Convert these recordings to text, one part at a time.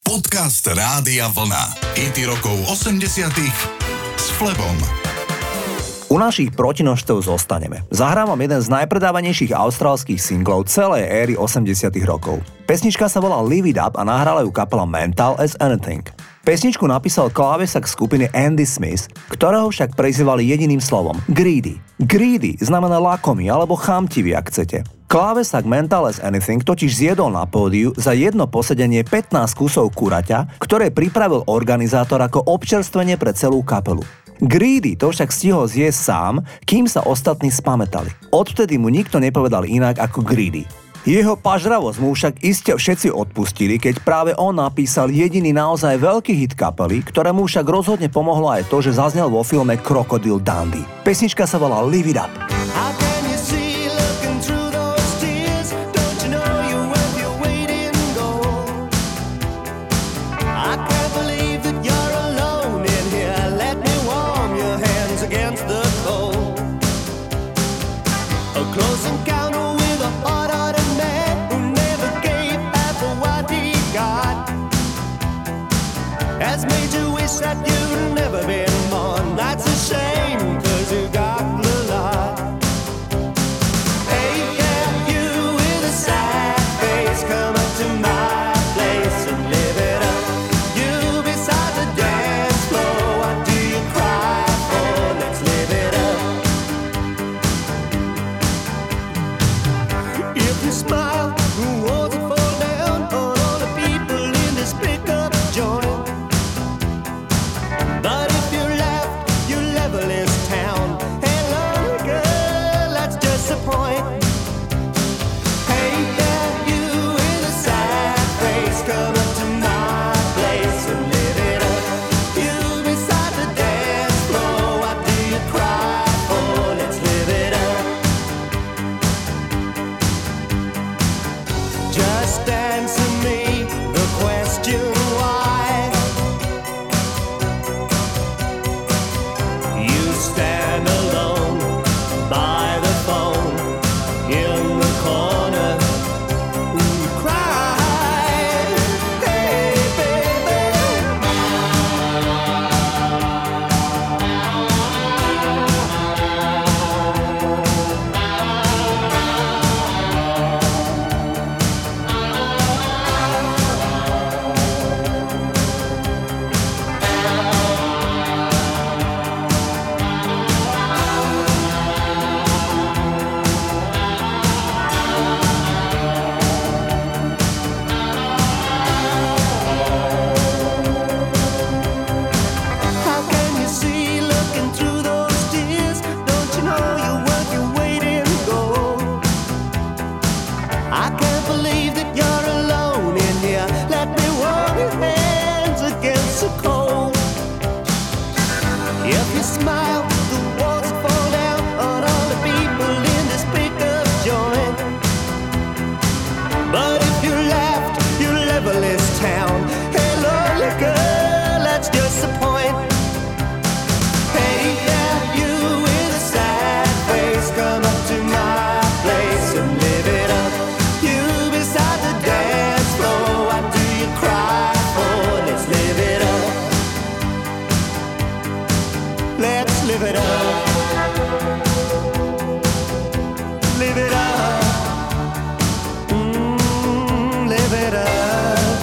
Podcast Rádia Vlna. Hity rokov 80-tych s Flebom. U našich protinožcov zostaneme. Zahrávam jeden z najpredávanejších austrálskych singlov celej éry 80 rokov. Pesnička sa volá Live It Up a nahrala ju kapela Mental as Anything. Pesničku napísal klávesak skupiny Andy Smith, ktorého však prezývali jediným slovom Greedy. Greedy znamená lakomý alebo chamtivý, ak chcete. Klávesak Mental as Anything totiž zjedol na pódiu za jedno posedenie 15 kusov kuraťa, ktoré pripravil organizátor ako občerstvenie pre celú kapelu. Greedy to však stihol zjesť sám, kým sa ostatní spamätali. Odvtedy mu nikto nepovedal inak ako Greedy. Jeho pažravosť mu však iste všetci odpustili, keď práve on napísal jediný naozaj veľký hit kapely, ktorému však rozhodne pomohlo aj to, že zaznel vo filme Crocodile Dundee. Pesnička sa volá Live It Up. That you've never been born. That's a shame, 'cause you got the lot. Hey, yeah, you with a sad face, come up to my place and live it up. You beside the dance floor, what do you cry for? Let's live it up. If you smile, who wants to fall down on all the people in this pickup joint? But if you left, you level this town. Hey, lonely girl, that's just the point. Hey, yeah, you with a sad face, come up to my place and live it up. You beside the dance floor, what do you cry for? Let's live it up. Just answer me the question why. Stand alone by the phone in the corner and cry. Hey, baby. Smile, the walls fall down on all the people in this pickup joint. But if you laughed, you level this town. Hey, lonely girl, that's just the point. Hey, yeah, you with a sad face, come up to my place and live it up. You beside the dance floor, what do you cry for? Let's live it up. Let's live it up. Live it up. Live it up.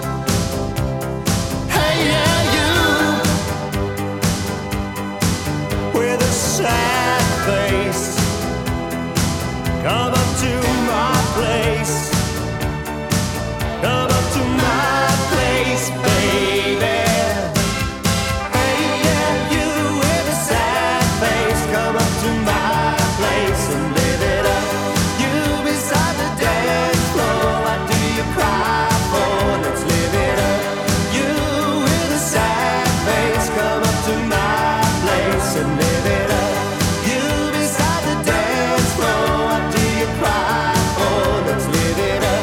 Hey, yeah, you with a sad face, come up to my place. Come up to my place, baby. Come up to my place and live it up. You beside the dance floor, what do you cry for? Let's live it up. You with a sad face, come up to my place and live it up. You beside the dance floor, what do you cry for? Let's live it up.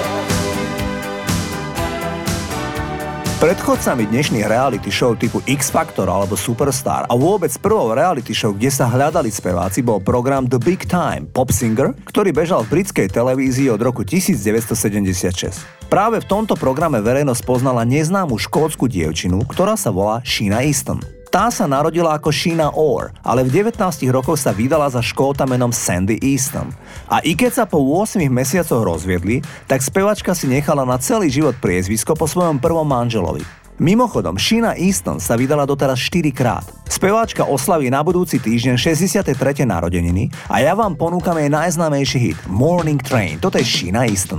Predchodcami dnešných reality show typu X Factor alebo Superstar a vôbec prvou reality show, kde sa hľadali speváci, bol program The Big Time Pop Singer, ktorý bežal v britskej televízii od roku 1976. Práve v tomto programe verejnosť poznala neznámu škótsku dievčinu, ktorá sa volá Sheena Easton. Tá sa narodila ako Sheena Orr, ale v 19 rokoch sa vydala za Škóta menom Sandy Easton. A i keď sa po 8 mesiacoch rozviedli, tak spevačka si nechala na celý život priezvisko po svojom prvom manželovi. Mimochodom, Sheena Easton sa vydala doteraz 4 krát. Speváčka oslaví na budúci týždeň 63. narodeniny a ja vám ponúkam jej najznámejší hit Morning Train. Toto je Sheena Easton.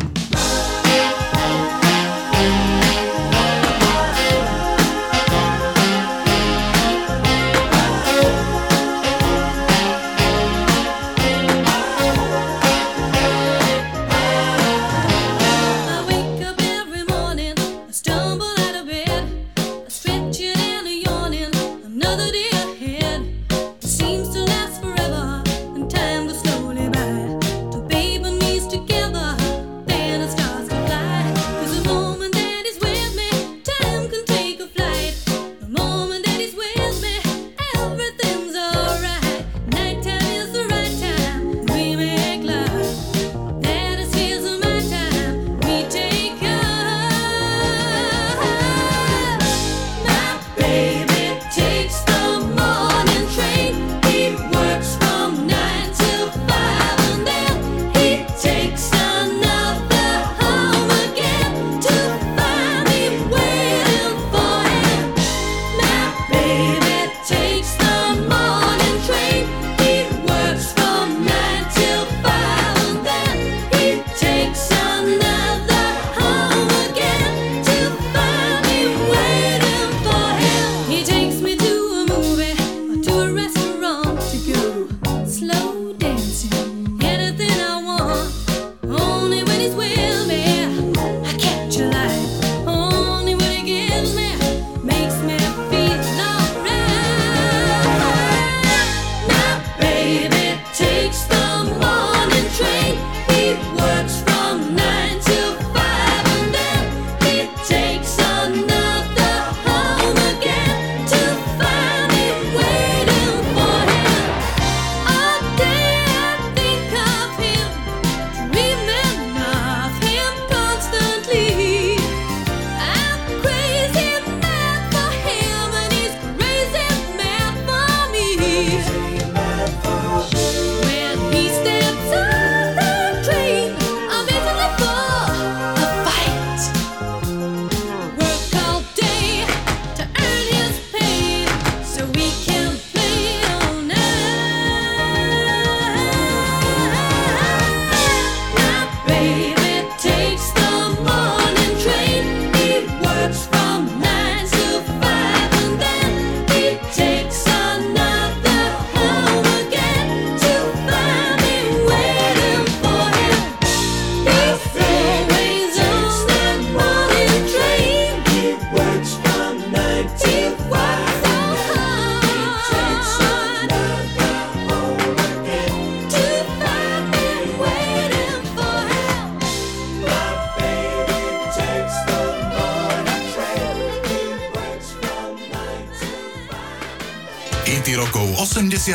Hity rokov 80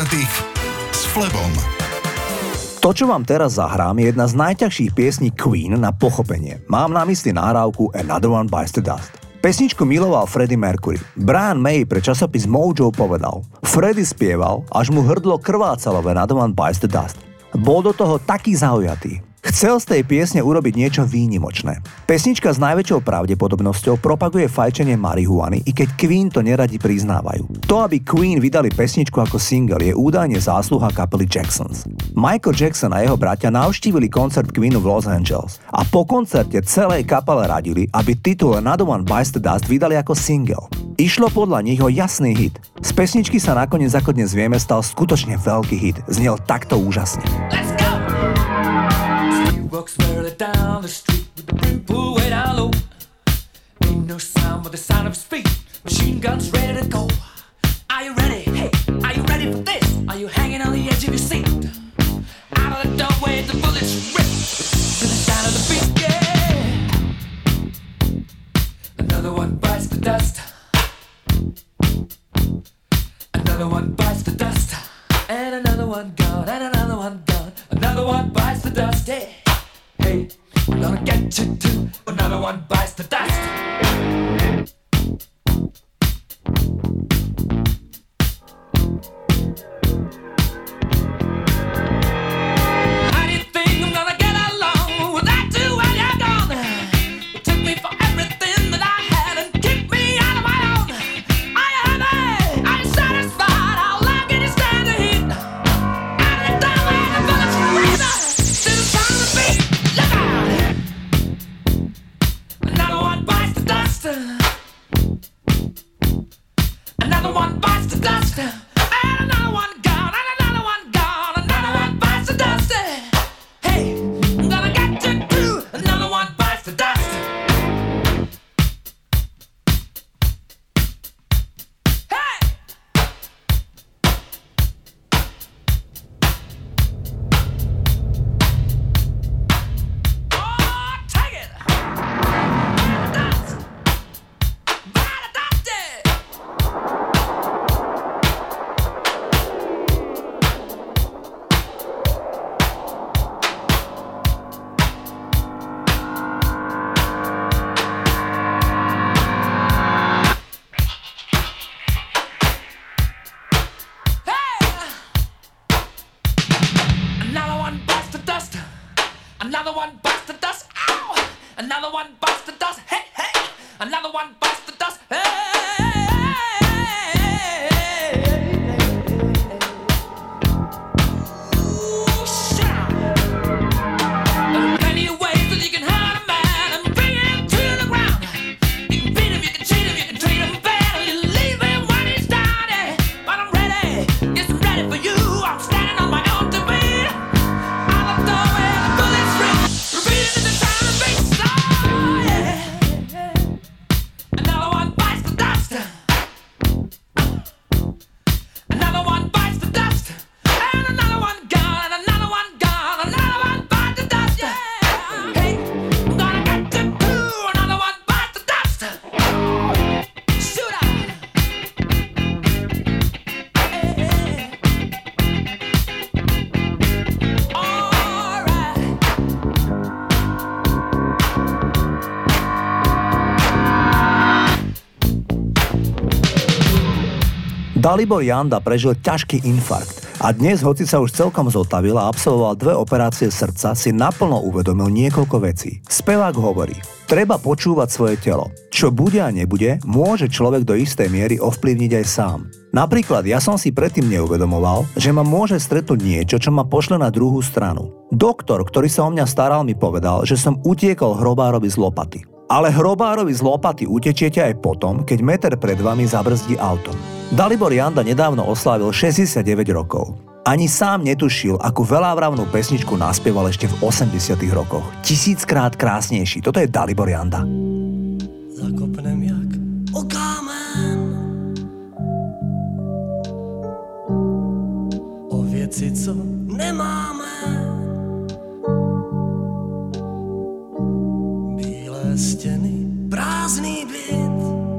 s Flebom. To, čo vám teraz zahrám, je jedna z najťažších piesní Queen na pochopenie. Mám na mysli nahrávku Another One Bites the Dust. Pesničku miloval Freddie Mercury. Brian May pre časopis Mojo povedal: Freddie spieval, až mu hrdlo krvácalo v Another One Bites the Dust. Bol do toho taký zaujatý. Chcel z tej piesne urobiť niečo výnimočné. Pesnička s najväčšou pravdepodobnosťou propaguje fajčenie marihuany, i keď Queen to neradi priznávajú. To, aby Queen vydali pesničku ako single, je údajne zásluha kapely Jacksons. Michael Jackson a jeho bratia navštívili koncert Queenu v Los Angeles a po koncerte celej kapele radili, aby titul Another One Bites the Dust vydali ako single. Išlo podľa nich o jasný hit. Z pesničky sa nakoniec, ako dnes vieme, stal skutočne veľký hit. Znel takto úžasne. Let's go! Walks merrily down the street with the brim pulled way down low. Ain't no sound but the sound of his feet. Machine guns ready to go. Are you ready? Hey, are you ready for this? Are you hanging on the edge of your seat? Out of the doorway, the bullets rip to the sound of the beat. Yeah. Another one bites the dust. Another one bites the dust. And another one gone. And another one gone. Another one bites the dust. Yeah. Hey, we're gonna get you too. Another one bites the dust. How do you think I'm gonna get along without you when you're gone? You took me for everything that I had and kicked me out of my own. Are you happy? Are you satisfied? How long can you stand the heat? Out of the time when the bullets razor to the sound of the beat. Look out! Another one bites the dust. Another one bites the dust. And another one gone. And another one gone. Another one bites the dust. Hey, I'm gonna get you too. Another one bites the dust. Hey! Oh, take it! Dust! By the dust! Hey! Another one bites the dust. Another one bites the dust. Ow! Another one bites the dust. Hey, hey! Another one bites the dust. Hey! Ooh, shut up. There are plenty of ways that you can hurt a man and bring him to the ground. You can beat him, you can cheat him, you can treat him bad, or you leave him when he's down. But I'm ready, yes, I'm ready for you. I'm standing on my own two feet. Out the door where the bullets ring, repeating in the sound of beats. Oh, yeah. Another one bites the dust. Another one bites the dust. And another one gone. And another one gone. Another one bites the dust. Hey, I'm gonna get you too. Another one bites the dust. Shoot out. All right. Dalibor Janda prežil ťažký infarkt a dnes, hoci sa už celkom zotavil a absolvoval 2 operácie srdca, si naplno uvedomil niekoľko vecí. Spevák hovorí: treba počúvať svoje telo. Čo bude a nebude, môže človek do istej miery ovplyvniť aj sám. Napríklad ja som si predtým neuvedomoval, že ma môže stretnúť niečo, čo ma pošle na druhú stranu. Doktor, ktorý sa o mňa staral, mi povedal, že som utiekol hrobárovi z lopaty. Ale hrobárovi z lopaty utečiete aj potom, keď meter pred vami zabrzdí auto. Dalibor Janda nedávno oslávil 69 rokov. Ani sám netušil, akú veľávravnú pesničku naspieval ešte v 80 rokoch. 1000-krát krásnejší. Toto je Dalibor Janda. Zakopnem jak o kámen, o věci, co nemáme. Bílé stěny, prázdný byt,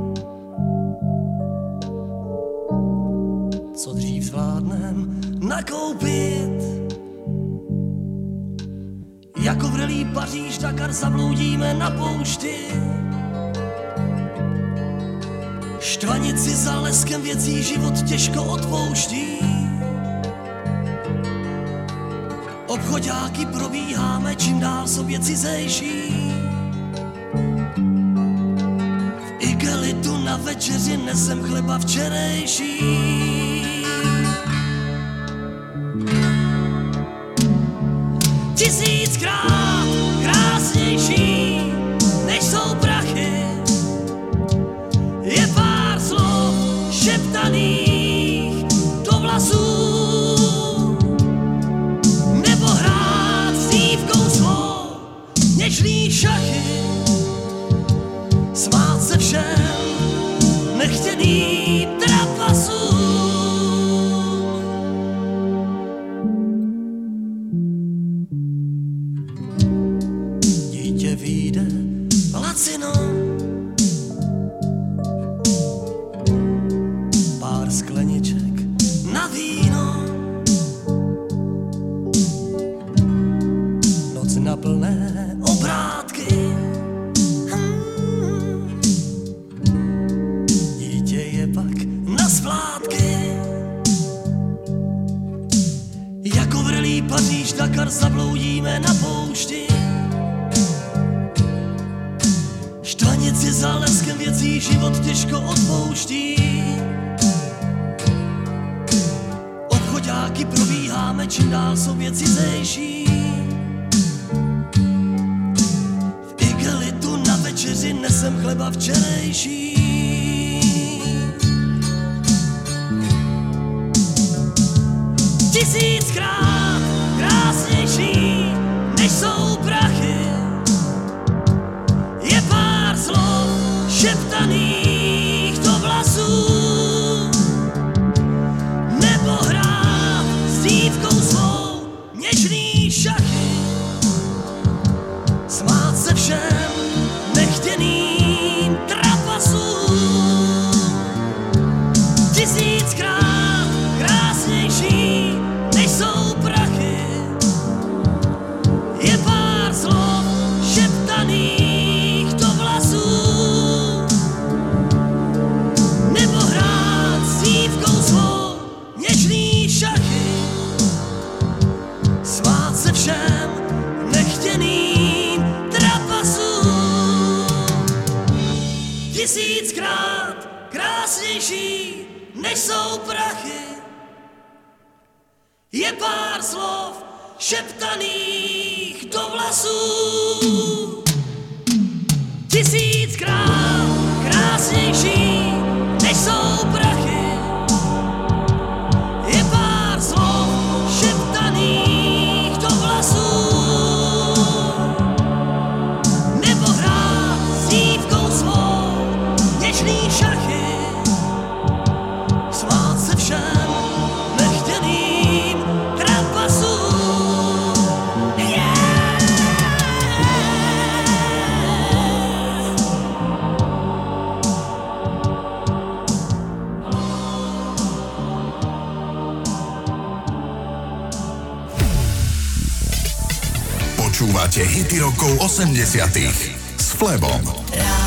co dřív zvládnem nakoupit. Jako vrelý Paříž, Dakar zabloudíme na poušti. Štvanici za leskem věcí život těžko odpouští. Obchoďáky probíháme, čím dál sobě cizejší. V igelitu na večeři nesem chleba včerejší. Tisíckrát krásnější, než jsou prachy, je pár slov šeptaných do vlasů. Nebo hrát s dívkou svou něžný šachy, smát se všem nechtěným trapasům. Švýcar zabloudíme na poušti. Štvanici za leskem věcí život těžko odpouští. Obchoďáky probíháme, čím dál jsou věci zejší. V igelitu na večeři nesem chleba včerejší. Tisíckrát krásnější, než jsou prachy, je pár slov šeptaných do vlasů, nebo hrát s dívkou svou něžný šachy, smát se všem nechtěným trapasům. Tisíckrát krásnější, než jsou prachy, je pár slov šeptaných do vlasů, nebo hrát s dívkou svou něžný šachy, smát se všem nechtěným trapasům. Tisíckrát krásnější, než jsou prachy, je pár slov šeptaných do vlasů. Tisíckrát krásnější, než jsou prachy, je pár slov šeptaných do vlasů, nebo hrát s dívkou svou něžný šachy, smát se všem nechtěným trapasům. Počúvate hity rokov 80 s Flebom.